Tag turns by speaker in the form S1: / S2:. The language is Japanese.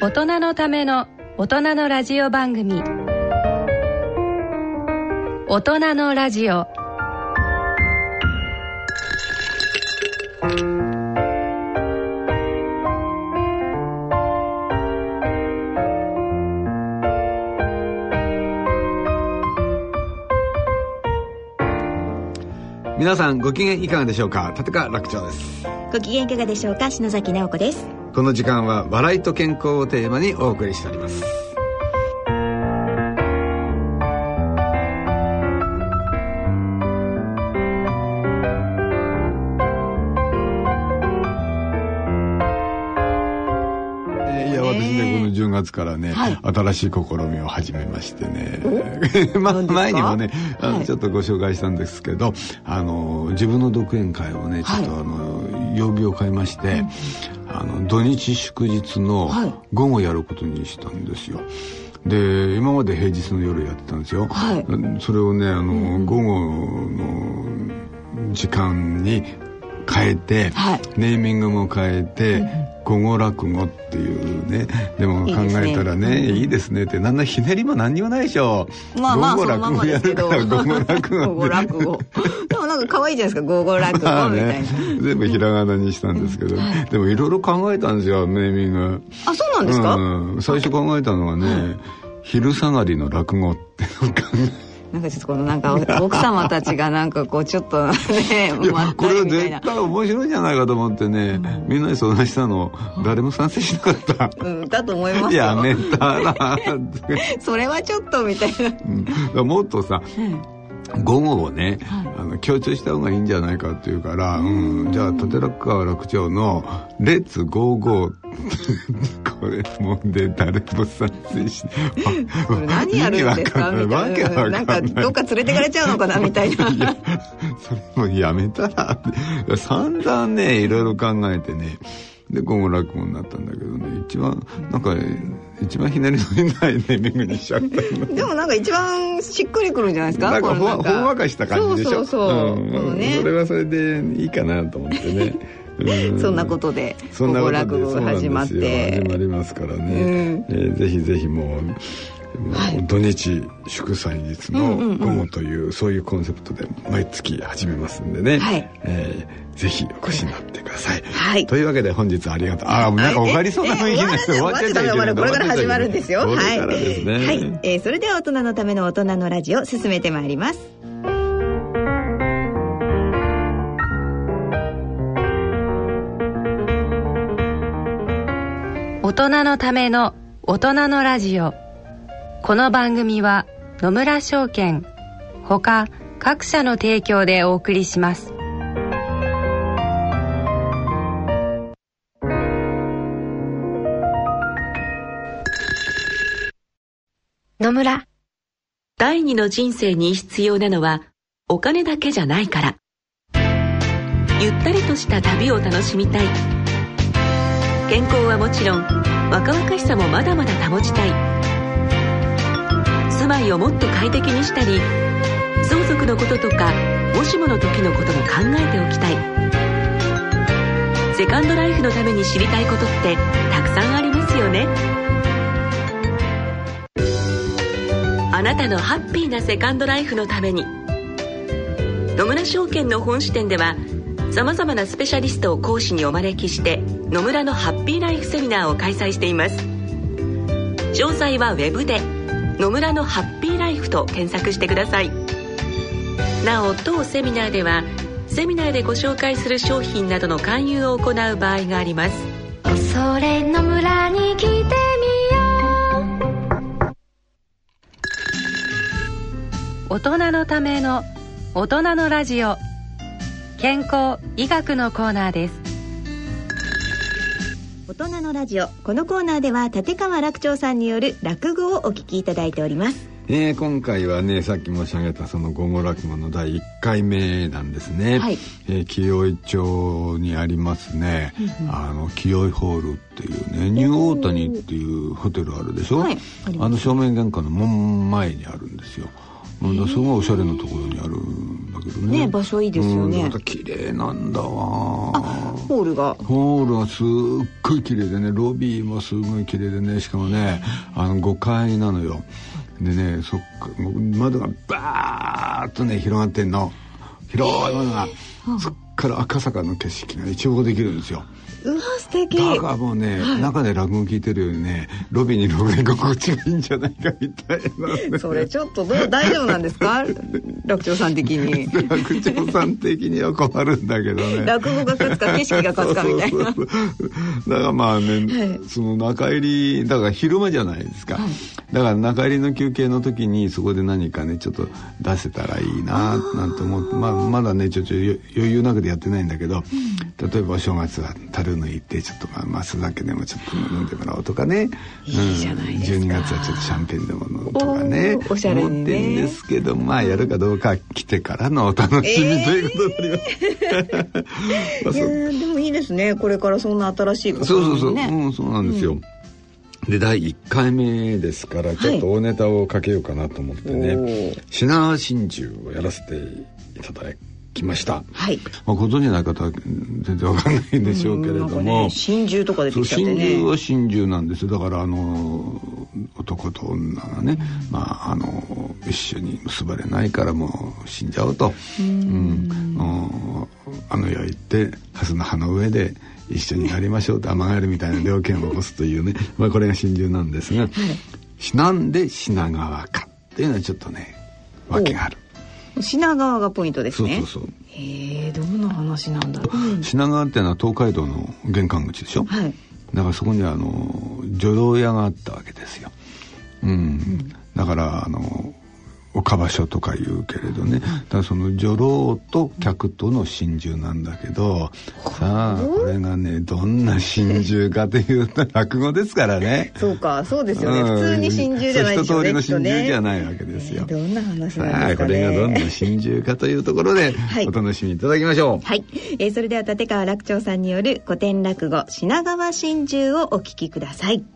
S1: 大人のための大人のラジオ番組、大人のラジオ。
S2: 皆さんご機嫌いかがでしょうか。立川楽長です。
S3: ご機嫌いかがでしょうか。篠崎直子です。
S2: この時間は笑いと健康をテーマにお送りしております。10月からね、はい、新しい試みを始めましてね前にもねちょっとご紹介したんですけど、自分の独演会をねちょっと曜日を変えまして、土日祝日の午後やることにしたんですよ。で今まで平日の夜やってたんですよ、はい、それをね午後の時間に変えて、はい、ネーミングも変えて、午後落語っていうね。でも考えたらね、いいですねって、なんなひねりも何にもないでしょ。
S3: まあまあそのままですけど、
S2: 午後落語
S3: 午後落語でもなんか可愛いじゃないですか、午後落語みたいな、
S2: 全部ひらがなにしたんですけど、でもいろいろ考えたんですよ、ネーミング。
S3: あ、そうなんですか。
S2: 最初考えたのはね、昼下がりの落語って考え
S3: なんかちょっとこのなんか奥様たちがなんかこうちょっとね
S2: これは絶対面白いんじゃないかと思ってね、みんなに相談したの誰も賛成しなかった。
S3: だと思いますよ。
S2: やめたら
S3: それはちょっとみたいな、
S2: もっとさ、午後をね、強調した方がいいんじゃないかっていうから、じゃあ立川楽長のレッツゴーゴーこれもうで誰も賛成し
S3: これ何やるんですかみたいな、なんかどっか連れてかれちゃうのかなみたいな。いや
S2: それもやめたらって散々ねいろいろ考えてね、で午後落語になったんだけどね、一番ひねりのないネーミングにしちゃった
S3: でもなんか一番しっくりくるんじゃないですか。
S2: なんかほんわかした感じでしょ。
S3: そう、
S2: それはそれでいいかなと思ってね
S3: そんなことで午後落語が始まって
S2: 始まりますからね、ぜひぜひもう土日祝祭日の午後という、そういうコンセプトで毎月始めますんでね、ぜひお越しになってください、はい、というわけで本日ありがとう。なんか終わりそうな雰囲気になって終わっちゃった。
S3: これから始まるんですよ。
S2: これからですね、
S3: はい、それでは大人のための大人のラジオ進めてまいります。
S1: 大人のための大人のラジオ。この番組は野村証券ほか各社の提供でお送りします。
S4: 野村、第二の人生に必要なのはお金だけじゃないから。ゆったりとした旅を楽しみたい。健康はもちろん若々しさもまだまだ保ちたい。住まいをもっと快適にしたり、相続のこととかもしもの時のことも考えておきたい。セカンドライフのために知りたいことってたくさんありますよね。あなたのハッピーなセカンドライフのために、野村証券の本支店ではさまざまなスペシャリストを講師にお招きして野村のハッピーライフセミナーを開催しています。詳細はウェブで野村のハッピーライフと検索してください。なお当セミナーではセミナーでご紹介する商品などの勧誘を行う場合があります。
S5: それ野村に来てみよう。
S1: 大人のための大人のラジオ、健康医学のコーナーです。
S3: 大人のラジオ、このコーナーでは立川楽長さんによる落語をお聞きいただいております。
S2: 今回はね、さっき申し上げたその午後落語の第1回目なんですね、紀尾井町にありますね、紀尾井ホールっていうね、ニューオータニっていうホテルあるでしょ、正面玄関の門前にあるんですよ。すごいおしゃれなところにあるんだけどね。
S3: 場所いいですよね。
S2: また綺麗なんだわ。
S3: ホールが
S2: すっごい綺麗でね、ロビーもすごい綺麗でね、しかもね5階なのよ。でね、窓がバーッとね広がってんの、広い窓が、そっから赤坂の景色が一望できるんですよ。
S3: うわ素敵。
S2: だからもうね、中で落語聞いてるよりね、ロビーにロビー心地がいいんじゃないかみたいな、
S3: それちょっと大丈夫なんですか楽長さん的に。
S2: 楽長さん的には困るんだけどね。
S3: 落語が勝つか景色が勝つかみたいな。
S2: そうだからまあね、その中入りだから昼間じゃないですか、だから中入りの休憩の時にそこで何かねちょっと出せたらいいななんて思って、まだねちょっと余裕なくでやってないんだけど、例えばお正月は樽抜いてちょっと酢酒でもちょっと飲んでもらおうとかね、
S3: いいじゃないですか。
S2: 12月はちょっとシャンペンでも飲むとかね、
S3: おしゃれにね
S2: 思ってんですけど、やるかどうか来てからのお楽しみということになります。
S3: いやでもいいですね、これからそんな新しいこと
S2: そうなんですよ、で第1回目ですからちょっと大ネタをかけようかなと思ってね、品川真珠をやらせていただきました。ご存じない方は全然わかんないんでしょうけれども、
S3: 真珠とか出てきちゃってね。
S2: 真珠は真珠なんですよ。だから男と女がね、一緒に結ばれないからもう死んじゃおうと、焼いて蓮の葉の上で一緒になりましょうと、雨帰りみたいな了見を起こすというね、これが真珠なんですが、なんで品川かっていうのはちょっとね訳がある。
S3: 品川がポイントですね。
S2: そう。
S3: どんな話なんだろう。
S2: 品川っていうのは東海道の玄関口でしょ。だからそこには女郎屋があったわけですよ。だから岡場所とか言うけれどね、だからその女郎と客との心中なんだけど、さあこれがねどんな心中かというと落語ですからね。
S3: そうですよね、普通に心中じゃないですよね。
S2: 一通りの心中じゃないわけですよ。
S3: どんな話なんですかね。
S2: さあこれがどんな心中かというところでお楽しみいただきましょう。
S3: それでは立川楽長さんによる古典落語品川心中をお聞きください。